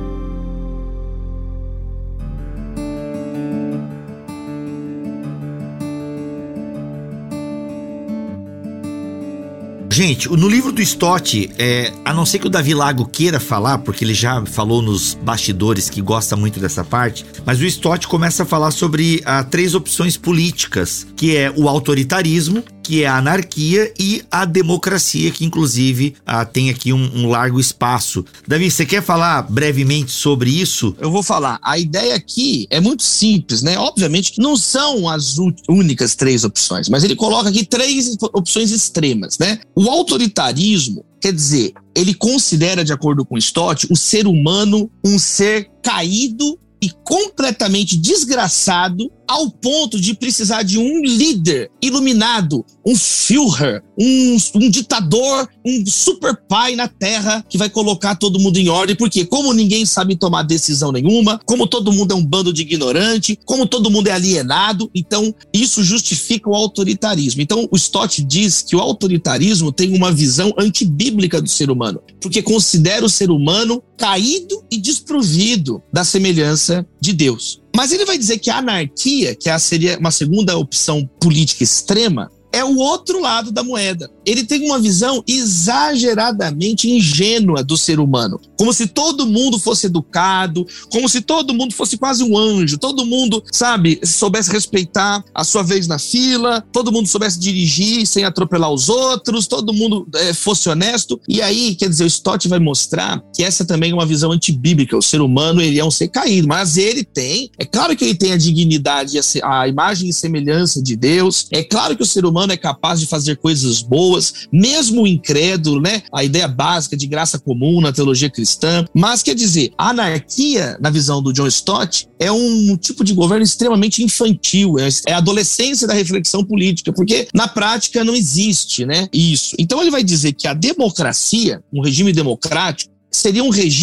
Gente, no livro do Stott, é, a não ser que o Davi Lago queira falar, porque ele já falou nos bastidores que gosta muito dessa parte, mas o Stott começa a falar sobre ah, três opções políticas, que é o autoritarismo, que é a anarquia e a democracia, que inclusive ah, tem aqui um, um largo espaço. Davi, você quer falar brevemente sobre isso? Eu vou falar. A ideia aqui é muito simples, né? Obviamente que não são as únicas três opções, mas ele coloca aqui três opções extremas, né? O autoritarismo, quer dizer, ele considera, de acordo com Stott, o ser humano um ser caído e completamente desgraçado ao ponto de precisar de um líder iluminado, um Führer, um, um ditador, um super pai na terra que vai colocar todo mundo em ordem, porque como ninguém sabe tomar decisão nenhuma, como todo mundo é um bando de ignorante, como todo mundo é alienado, então isso justifica o autoritarismo. Então o Stott diz que o autoritarismo tem uma visão antibíblica do ser humano, porque considera o ser humano caído e desprovido da semelhança de Deus. Mas ele vai dizer que a anarquia, que seria uma segunda opção política extrema, é o outro lado da moeda. Ele tem uma visão exageradamente ingênua do ser humano. Como se todo mundo fosse educado, como se todo mundo fosse quase um anjo, todo mundo, sabe, soubesse respeitar a sua vez na fila, todo mundo soubesse dirigir sem atropelar os outros, todo mundo é, fosse honesto. E aí, quer dizer, o Stott vai mostrar que essa também é uma visão antibíblica. O ser humano, ele é um ser caído, mas ele tem, é claro que ele tem a dignidade, a imagem e semelhança de Deus, é claro que o ser humano é capaz de fazer coisas boas, mesmo o incrédulo, né? A ideia básica de graça comum na teologia cristã. Mas, quer dizer, a anarquia, na visão do John Stott, é um tipo de governo extremamente infantil, é a adolescência da reflexão política, porque na prática não existe, né, isso. Então ele vai dizer que a democracia, um regime democrático, seria um regime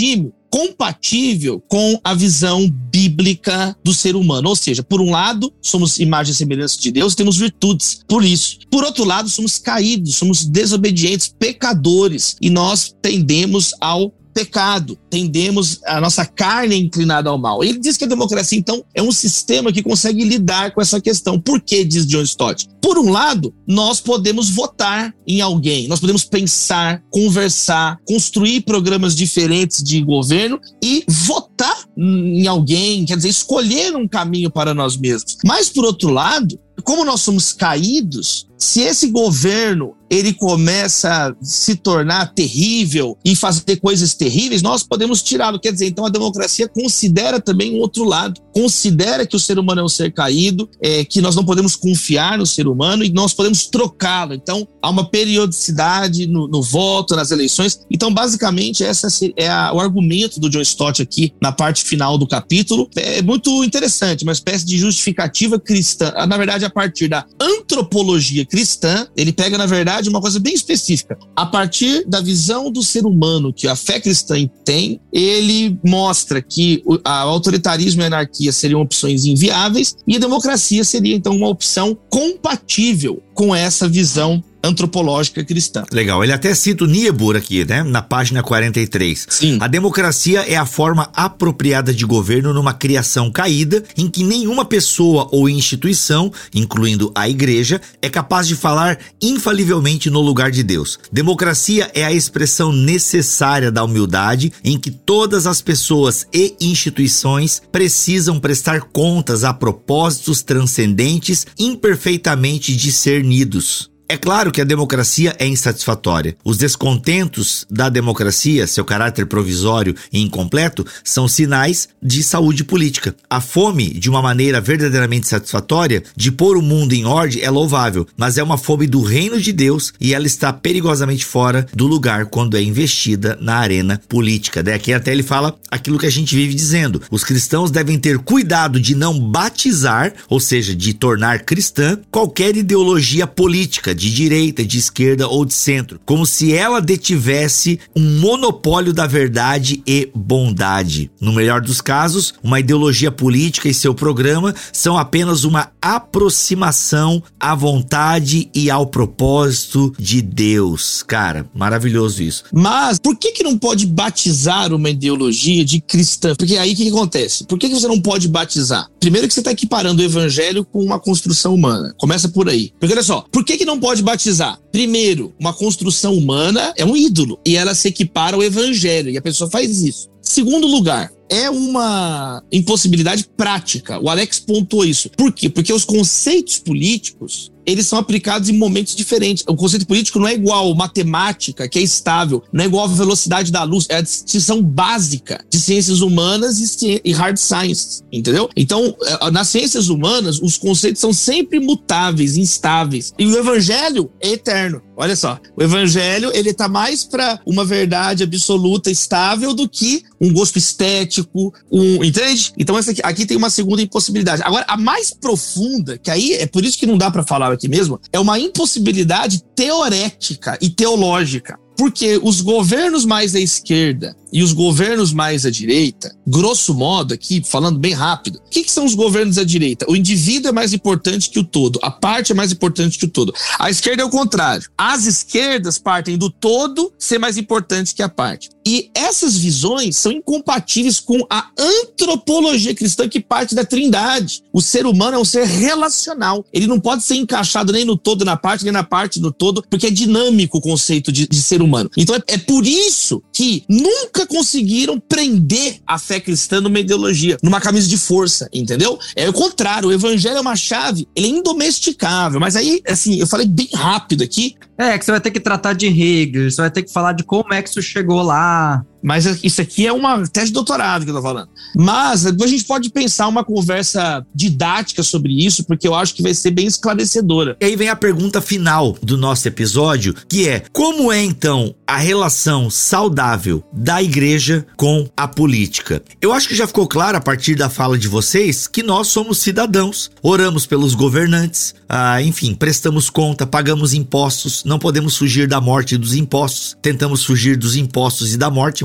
compatível com a visão bíblica do ser humano. Ou seja, por um lado, somos imagem e semelhança de Deus, temos virtudes por isso. Por outro lado, somos caídos, somos desobedientes, pecadores, e nós tendemos ao pecado, tendemos, a nossa carne é inclinada ao mal. Ele diz que a democracia, então, é um sistema que consegue lidar com essa questão. Por que, diz John Stott? Por um lado, nós podemos votar em alguém, nós podemos pensar, conversar, construir programas diferentes de governo e votar em alguém, quer dizer, escolher um caminho para nós mesmos. Mas, por outro lado, como nós somos caídos, se esse governo ele começa a se tornar terrível e fazer coisas terríveis, nós podemos tirá-lo. Quer dizer, então a democracia considera também um outro lado, considera que o ser humano é um ser caído, é, que nós não podemos confiar no ser humano e nós podemos trocá-lo. Então há uma periodicidade no, no voto, nas eleições. Então basicamente esse é a, o argumento do John Stott aqui na parte final do capítulo. É muito interessante, uma espécie de justificativa cristã. Na verdade, a partir da antropologia cristã, ele pega, na verdade, uma coisa bem específica. A partir da visão do ser humano que a fé cristã tem, ele mostra que o a autoritarismo e a anarquia seriam opções inviáveis e a democracia seria, então, uma opção compatível com essa visão antropológica cristã. Legal, ele até cita o Niebuhr aqui, né? Na página quarenta e três. Sim. A democracia é a forma apropriada de governo numa criação caída em que nenhuma pessoa ou instituição, incluindo a igreja, é capaz de falar infalivelmente no lugar de Deus. Democracia é a expressão necessária da humildade em que todas as pessoas e instituições precisam prestar contas a propósitos transcendentes imperfeitamente discernidos. É claro que a democracia é insatisfatória. Os descontentos da democracia, seu caráter provisório e incompleto, são sinais de saúde política. A fome, de uma maneira verdadeiramente satisfatória, de pôr o mundo em ordem é louvável, mas é uma fome do reino de Deus e ela está perigosamente fora do lugar quando é investida na arena política. Daqui até ele fala aquilo que a gente vive dizendo. Os cristãos devem ter cuidado de não batizar, ou seja, de tornar cristã, qualquer ideologia política, de direita, de esquerda ou de centro, como se ela detivesse um monopólio da verdade e bondade. No melhor dos casos, uma ideologia política e seu programa são apenas uma aproximação à vontade e ao propósito de Deus. Cara, maravilhoso isso. Mas por que que não pode batizar uma ideologia de cristã? Porque aí o que, que acontece? Por que que você não pode batizar? Primeiro que você está equiparando o evangelho com uma construção humana. Começa por aí. Porque olha só, por que que não pode pode batizar? Primeiro, uma construção humana é um ídolo e ela se equipara ao evangelho e a pessoa faz isso. Segundo lugar, é uma impossibilidade prática. O Alex pontuou isso. Por quê? Porque os conceitos políticos, eles são aplicados em momentos diferentes. O conceito político não é igual matemática, que é estável, não é igual a velocidade da luz, é a distinção básica de ciências humanas e hard science, entendeu? Então, nas ciências humanas, os conceitos são sempre mutáveis, instáveis. E o evangelho é eterno. Olha só, o evangelho, ele tá mais para uma verdade absoluta, estável, do que um gosto estético, um, entende? Então essa aqui, aqui tem uma segunda impossibilidade. Agora, a mais profunda, que aí é por isso que não dá para falar aqui mesmo, é uma impossibilidade teorética e teológica. Porque os governos mais à esquerda e os governos mais à direita, grosso modo aqui, falando bem rápido, o que, que são os governos à direita? O indivíduo é mais importante que o todo, a parte é mais importante que o todo. A esquerda é o contrário. As esquerdas partem do todo ser mais importante que a parte. E essas visões são incompatíveis com a antropologia cristã, que parte da trindade. O ser humano é um ser relacional. Ele não pode ser encaixado nem no todo na parte, nem na parte no todo, porque é dinâmico o conceito de, de ser humano. Então é, é por isso que nunca conseguiram prender a fé cristã numa ideologia, numa camisa de força, entendeu? É o contrário, o evangelho é uma chave, ele é indomesticável. Mas aí, assim, eu falei bem rápido aqui. É, que você vai ter que tratar de Hegel, você vai ter que falar de como é que isso chegou lá. Mas isso aqui é uma tese de doutorado que eu tô falando. Mas a gente pode pensar uma conversa didática sobre isso, porque eu acho que vai ser bem esclarecedora. E aí vem a pergunta final do nosso episódio, que é: como é então a relação saudável da igreja com a política? Eu acho que já ficou claro a partir da fala de vocês que nós somos cidadãos, oramos pelos governantes, ah, enfim, prestamos conta, pagamos impostos, não podemos fugir da morte e dos impostos, tentamos fugir dos impostos e da morte,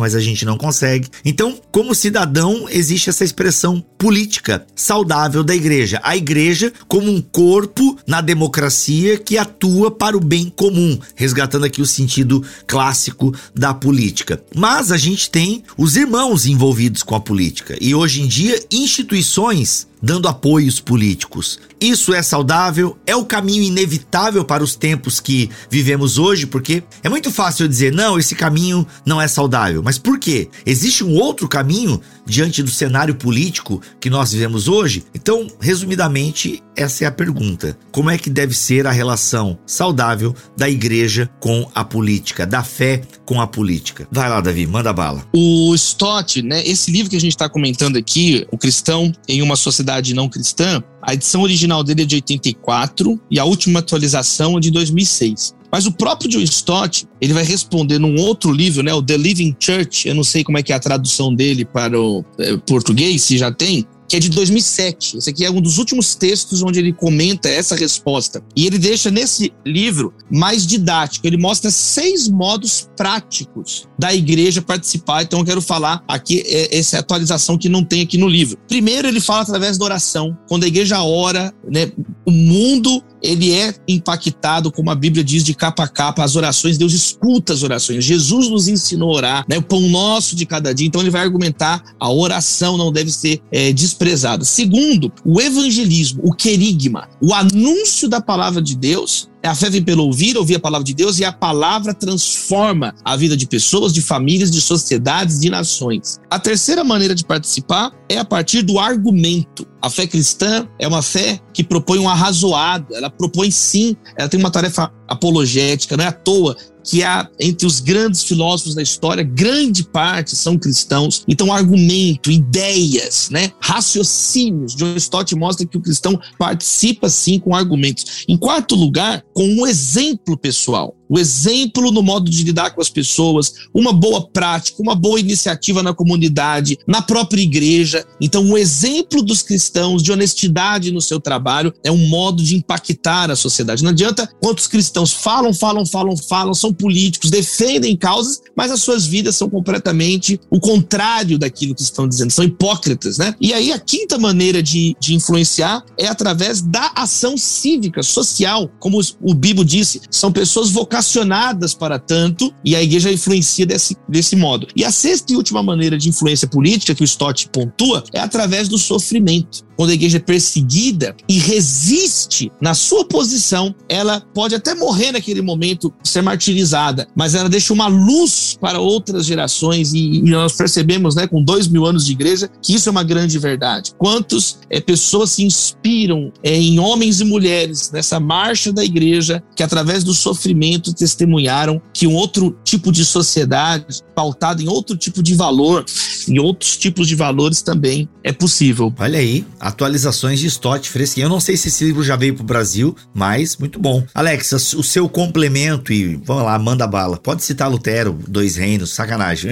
mas a gente não consegue. Então, como cidadão, existe essa expressão política saudável da igreja. A igreja como um corpo na democracia que atua para o bem comum, resgatando aqui o sentido clássico da política. Mas a gente tem os irmãos envolvidos com a política e hoje em dia instituições dando apoios políticos. Isso é saudável? É o caminho inevitável para os tempos que vivemos hoje? Porque é muito fácil dizer, não, esse caminho não é saudável. Mas por quê? Existe um outro caminho diante do cenário político que nós vivemos hoje? Então, resumidamente, essa é a pergunta. Como é que deve ser a relação saudável da igreja com a política, da fé com a política? Vai lá, Davi, manda bala. O Stott, né, esse livro que a gente está comentando aqui, O Cristão em uma Sociedade Não Cristã, a edição original dele é de oitenta e quatro e a última atualização é de dois mil e seis. Mas o próprio John Stott, ele vai responder num outro livro, né, o The Living Church, eu não sei como é que é a tradução dele para o é, português, se já tem, que é de dois mil e sete. Esse aqui é um dos últimos textos onde ele comenta essa resposta. E ele deixa nesse livro mais didático. Ele mostra seis modos práticos da igreja participar. Então eu quero falar aqui essa atualização que não tem aqui no livro. Primeiro ele fala através da oração. Quando a igreja ora, né, o mundo ele é impactado, como a Bíblia diz, de capa a capa, as orações, Deus escuta as orações. Jesus nos ensinou a orar, né, o pão nosso de cada dia. Então ele vai argumentar a oração não deve ser é, desprezada. Segundo, o evangelismo, o querigma, o anúncio da palavra de Deus. A fé vem pelo ouvir, ouvir a palavra de Deus, e a palavra transforma a vida de pessoas, de famílias, de sociedades, de nações. A terceira maneira de participar é a partir do argumento. A fé cristã é uma fé que propõe um arrazoado, ela propõe sim, ela tem uma tarefa apologética, não é à toa que há entre os grandes filósofos da história, grande parte são cristãos. Então, argumento, ideias, né, raciocínios. John Stott mostra que o cristão participa sim com argumentos. Em quarto lugar, com um exemplo pessoal. O exemplo no modo de lidar com as pessoas, uma boa prática, uma boa iniciativa na comunidade, na própria igreja. Então, o exemplo dos cristãos de honestidade no seu trabalho é um modo de impactar a sociedade. Não adianta quantos cristãos falam, falam, falam, falam, são políticos, defendem causas, mas as suas vidas são completamente o contrário daquilo que estão dizendo, são hipócritas, né? E aí a quinta maneira de, de influenciar é através da ação cívica, social, como o Bibo disse, são pessoas vocacionadas para tanto, e a igreja influencia desse, desse modo. E a sexta e última maneira de influência política que o Stott pontua é através do sofrimento. Quando a igreja é perseguida e resiste na sua posição, ela pode até morrer naquele momento, ser martirizada, mas ela deixa uma luz para outras gerações, e, e nós percebemos, né, com dois mil anos de igreja, que isso é uma grande verdade. Quantas é, pessoas se inspiram é, em homens e mulheres nessa marcha da igreja, que através do sofrimento testemunharam que um outro tipo de sociedade, pautada em outro tipo de valor, em outros tipos de valores também é possível. Olha aí, atualizações de Stott fresquinho. Eu não sei se esse livro já veio pro Brasil, mas muito bom. Alexa, o seu complemento e vamos lá, manda bala. Pode citar Lutero, Dois Reinos, sacanagem.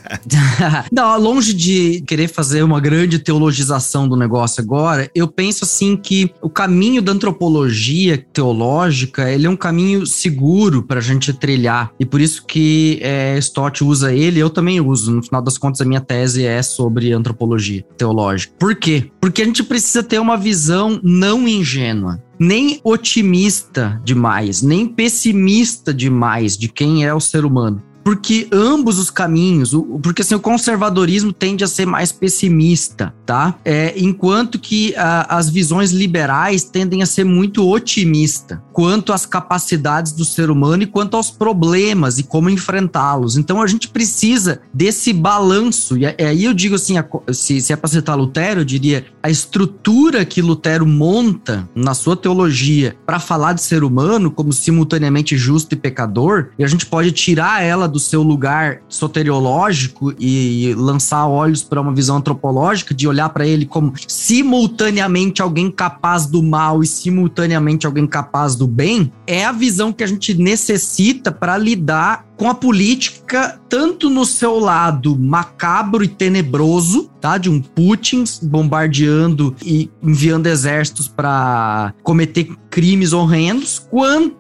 Não, longe de querer fazer uma grande teologização do negócio agora, eu penso assim que o caminho da antropologia teológica, ele é um caminho seguro pra gente trilhar, e por isso que é, Stott usa ele, eu também uso. No final das contas, a minha tese é sobre antropologia teológica. Por quê? Porque a gente precisa ter uma visão não ingênua, nem otimista demais, nem pessimista demais de quem é o ser humano. Porque ambos os caminhos, porque assim, o conservadorismo tende a ser mais pessimista, tá? É, enquanto que a, as visões liberais tendem a ser muito otimistas quanto às capacidades do ser humano e quanto aos problemas e como enfrentá-los. Então a gente precisa desse balanço. E aí eu digo assim, se, se é para citar Lutero, eu diria a estrutura que Lutero monta na sua teologia para falar de ser humano como simultaneamente justo e pecador, e a gente pode tirar ela do seu lugar soteriológico e lançar olhos para uma visão antropológica, de olhar para ele como simultaneamente alguém capaz do mal e simultaneamente alguém capaz do bem, é a visão que a gente necessita para lidar com a política, tanto no seu lado macabro e tenebroso, tá? De um Putin bombardeando e enviando exércitos para cometer crimes horrendos, quanto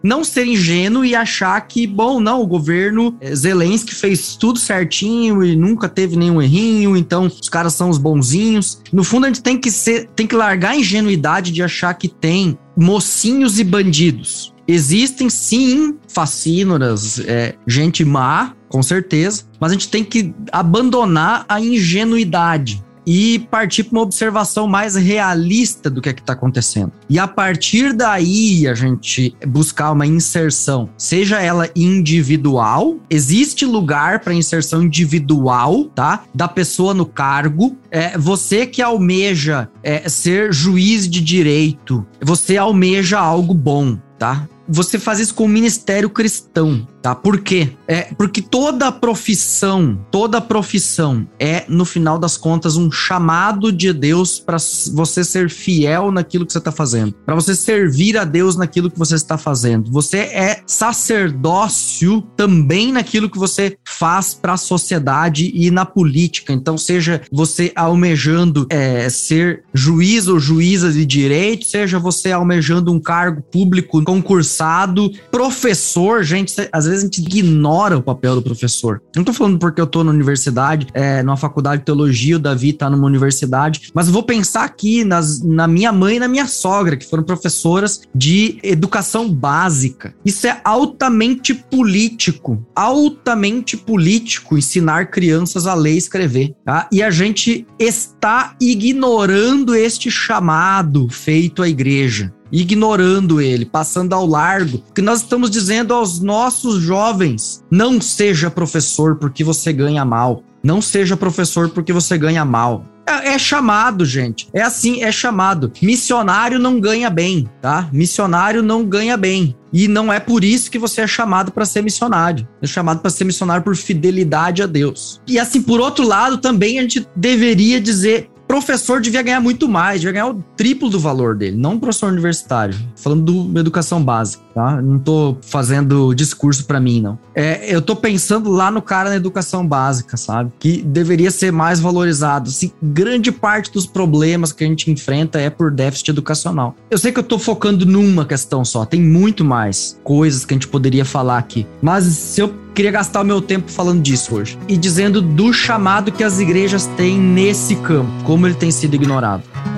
não ser ingênuo e achar que, bom, não, o governo Zelensky fez tudo certinho e nunca teve nenhum errinho, então os caras são os bonzinhos. No fundo, a gente tem que ser, tem que largar a ingenuidade de achar que tem mocinhos e bandidos. Existem, sim, facínoras, é, gente má, com certeza, mas a gente tem que abandonar a ingenuidade e partir para uma observação mais realista do que é que está acontecendo. E a partir daí, a gente buscar uma inserção, seja ela individual, existe lugar para inserção individual, tá? Da pessoa no cargo. É, você que almeja é, ser juiz de direito, você almeja algo bom, tá? Você faz isso com o ministério cristão, tá? Por quê? É porque toda profissão, toda profissão é, no final das contas, um chamado de Deus para você ser fiel naquilo que você está fazendo, para você servir a Deus naquilo que você está fazendo. Você é sacerdócio também naquilo que você faz para a sociedade e na política. Então, seja você almejando é, ser juiz ou juíza de direito, seja você almejando um cargo público concursado, professor, gente, às vezes a gente ignora o papel do professor. Não tô falando porque eu tô na universidade, é, numa faculdade de teologia, o Davi tá numa universidade, mas eu vou pensar aqui nas, na minha mãe e na minha sogra, que foram professoras de educação básica. Isso é altamente político, altamente político ensinar crianças a ler e escrever, tá? E a gente está ignorando este chamado feito à igreja. Ignorando ele, passando ao largo, porque nós estamos dizendo aos nossos jovens: não seja professor porque você ganha mal, não seja professor porque você ganha mal. É, é chamado, gente, é assim, é chamado. Missionário não ganha bem, tá? Missionário não ganha bem. E não é por isso que você é chamado para ser missionário. É chamado para ser missionário por fidelidade a Deus. E assim, por outro lado, também a gente deveria dizer: professor devia ganhar muito mais, devia ganhar o triplo do valor dele, não um professor universitário. Falando de educação básica, tá? Não tô fazendo discurso pra mim, não. É, eu tô pensando lá no cara na educação básica, sabe? Que deveria ser mais valorizado. Assim, grande parte dos problemas que a gente enfrenta é por déficit educacional. Eu sei que eu tô focando numa questão só, tem muito mais coisas que a gente poderia falar aqui. Mas se eu queria gastar o meu tempo falando disso hoje e dizendo do chamado que as igrejas têm nesse campo, como ele tem sido ignorado.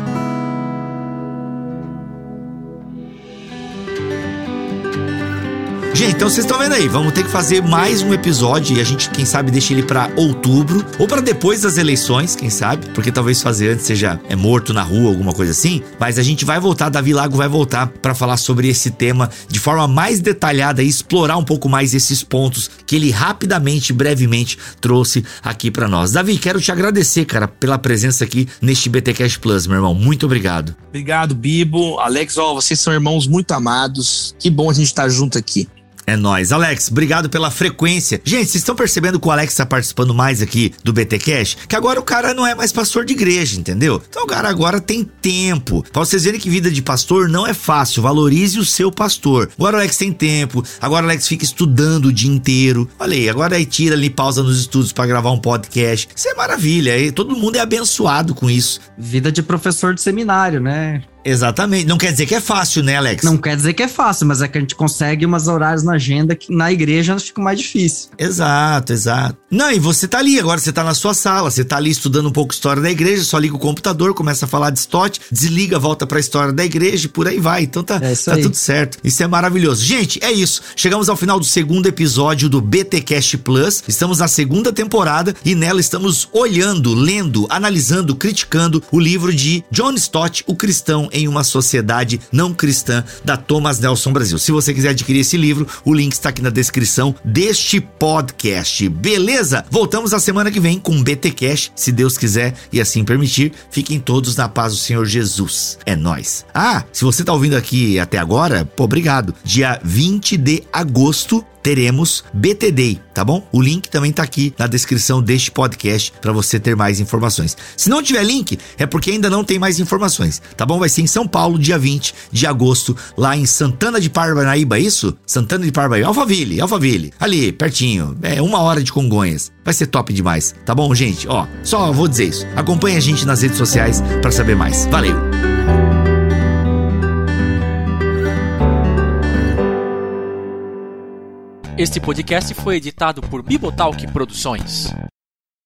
Gente, então vocês estão vendo aí, vamos ter que fazer mais um episódio e a gente, quem sabe, deixa ele pra outubro ou pra depois das eleições, quem sabe, porque talvez fazer antes seja é morto na rua, alguma coisa assim, mas a gente vai voltar, Davi Lago vai voltar pra falar sobre esse tema de forma mais detalhada e explorar um pouco mais esses pontos que ele rapidamente, brevemente trouxe aqui pra nós. Davi, quero te agradecer, cara, pela presença aqui neste BTcast Plus, meu irmão, muito obrigado. Obrigado, Bibo, Alex, ó, vocês são irmãos muito amados, que bom a gente estar junto aqui. É nóis. Alex, obrigado pela frequência. Gente, vocês estão percebendo que o Alex tá participando mais aqui do BTcast? Que agora o cara não é mais pastor de igreja, entendeu? Então o cara agora tem tempo. Pra vocês verem que vida de pastor não é fácil. Valorize o seu pastor. Agora o Alex tem tempo. Agora o Alex fica estudando o dia inteiro. Olha aí, agora aí tira ali, pausa nos estudos pra gravar um podcast. Isso é maravilha. E todo mundo é abençoado com isso. Vida de professor de seminário, né? Exatamente. Não quer dizer que é fácil, né, Alex? Não quer dizer que é fácil, mas é que a gente consegue umas horários na agenda que na igreja fica mais difícil. Exato, exato. Não, e você tá ali, agora você tá na sua sala, você tá ali estudando um pouco história da igreja, só liga o computador, começa a falar de Stott, desliga, volta pra história da igreja e por aí vai. Então tá, é tá tudo certo. Isso é maravilhoso. Gente, é isso. Chegamos ao final do segundo episódio do BTcast Plus. Estamos na segunda temporada e nela estamos olhando, lendo, analisando, criticando o livro de John Stott, O Cristão em uma Sociedade Não Cristã, da Thomas Nelson Brasil. Se você quiser adquirir esse livro, o link está aqui na descrição deste podcast. Beleza? Voltamos na semana que vem com um BTcast, se Deus quiser e assim permitir. Fiquem todos na paz do Senhor Jesus. É nóis. Ah, se você tá ouvindo aqui até agora, pô, obrigado. Dia vinte de agosto teremos B T Day, tá bom? O link também tá aqui na descrição deste podcast para você ter mais informações. Se não tiver link, é porque ainda não tem mais informações, tá bom? Vai ser em São Paulo, dia vinte de agosto, lá em Santana de Parnaíba, isso? Santana de Parnaíba, Alphaville, Alphaville, ali, pertinho, é uma hora de Congonhas. Vai ser top demais, tá bom, gente? Ó, só vou dizer isso. Acompanhe a gente nas redes sociais para saber mais. Valeu! Este podcast foi editado por Bibotalk Produções.